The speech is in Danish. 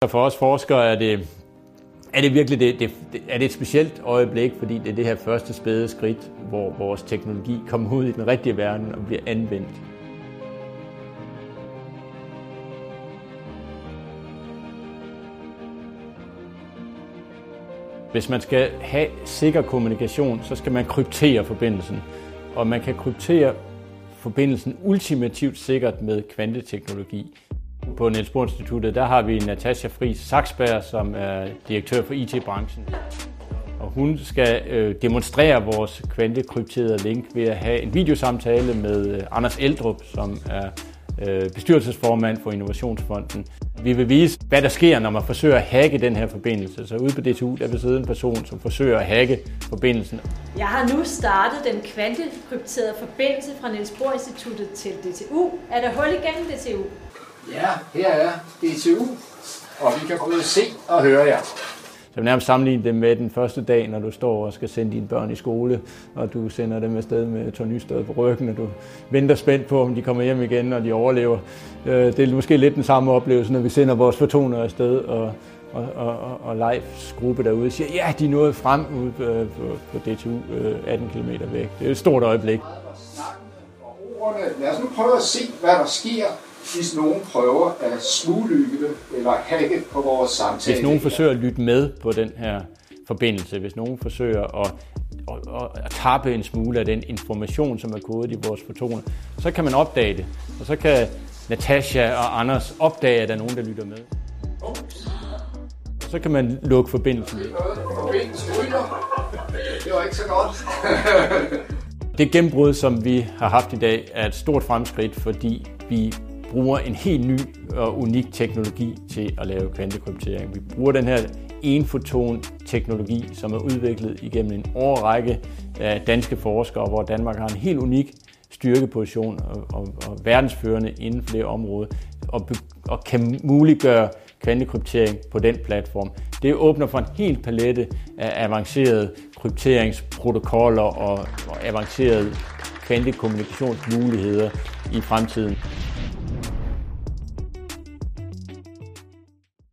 For os forskere er det virkelig et specielt øjeblik, fordi det er det her første spæde skridt, hvor vores teknologi kommer ud i den rigtige verden og bliver anvendt. Hvis man skal have sikker kommunikation, så skal man kryptere forbindelsen. Og man kan kryptere forbindelsen ultimativt sikkert med kvanteteknologi. På Niels Bohr Instituttet der har vi Natasja Friis Saksberg, som er direktør for IT-branchen. Og hun skal demonstrere vores kvantekrypterede link ved at have en videosamtale med Anders Eldrup, som er bestyrelsesformand for Innovationsfonden. Vi vil vise, hvad der sker, når man forsøger at hacke den her forbindelse. Så ude på DTU der vil sidde en person, som forsøger at hacke forbindelsen. Jeg har nu startet den kvantekrypterede forbindelse fra Niels Bohr Instituttet til DTU. Er der hul igennem DTU? Ja, her er DTU, og vi kan både se og høre jer. Så jeg vil nærmest sammenligne det med den første dag, når du står og skal sende dine børn i skole, og du sender dem afsted med tornystød på ryggen, og du venter spændt på, om de kommer hjem igen, og de overlever. Det er måske lidt den samme oplevelse, når vi sender vores fotoner afsted, og Leifs gruppe derude siger, ja, de nåede frem ude på DTU 18 km væk. Det er et stort øjeblik. Lad os nu prøve at se, hvad der sker, hvis nogen prøver at smuglytte eller hacke på vores samtale. Hvis nogen forsøger at lytte med på den her forbindelse, hvis nogen forsøger at tappe en smule af den information, som er kodet i vores fotoner, så kan man opdage det. Og så kan Natasja og Anders opdage, at der er nogen, der lytter med. Så kan man lukke forbindelsen ned. Forbindelsen ryger. Det var ikke så godt. Det gennembrud, som vi har haft i dag, er et stort fremskridt, fordi vi bruger en helt ny og unik teknologi til at lave kvantekryptering. Vi bruger den her enfoton-teknologi, som er udviklet igennem en årrække af danske forskere, hvor Danmark har en helt unik styrkeposition og verdensførende inden flere områder, og kan muliggøre kvantekryptering på den platform. Det åbner for en hel palette af avancerede krypteringsprotokoller og avancerede kvantekommunikationsmuligheder i fremtiden.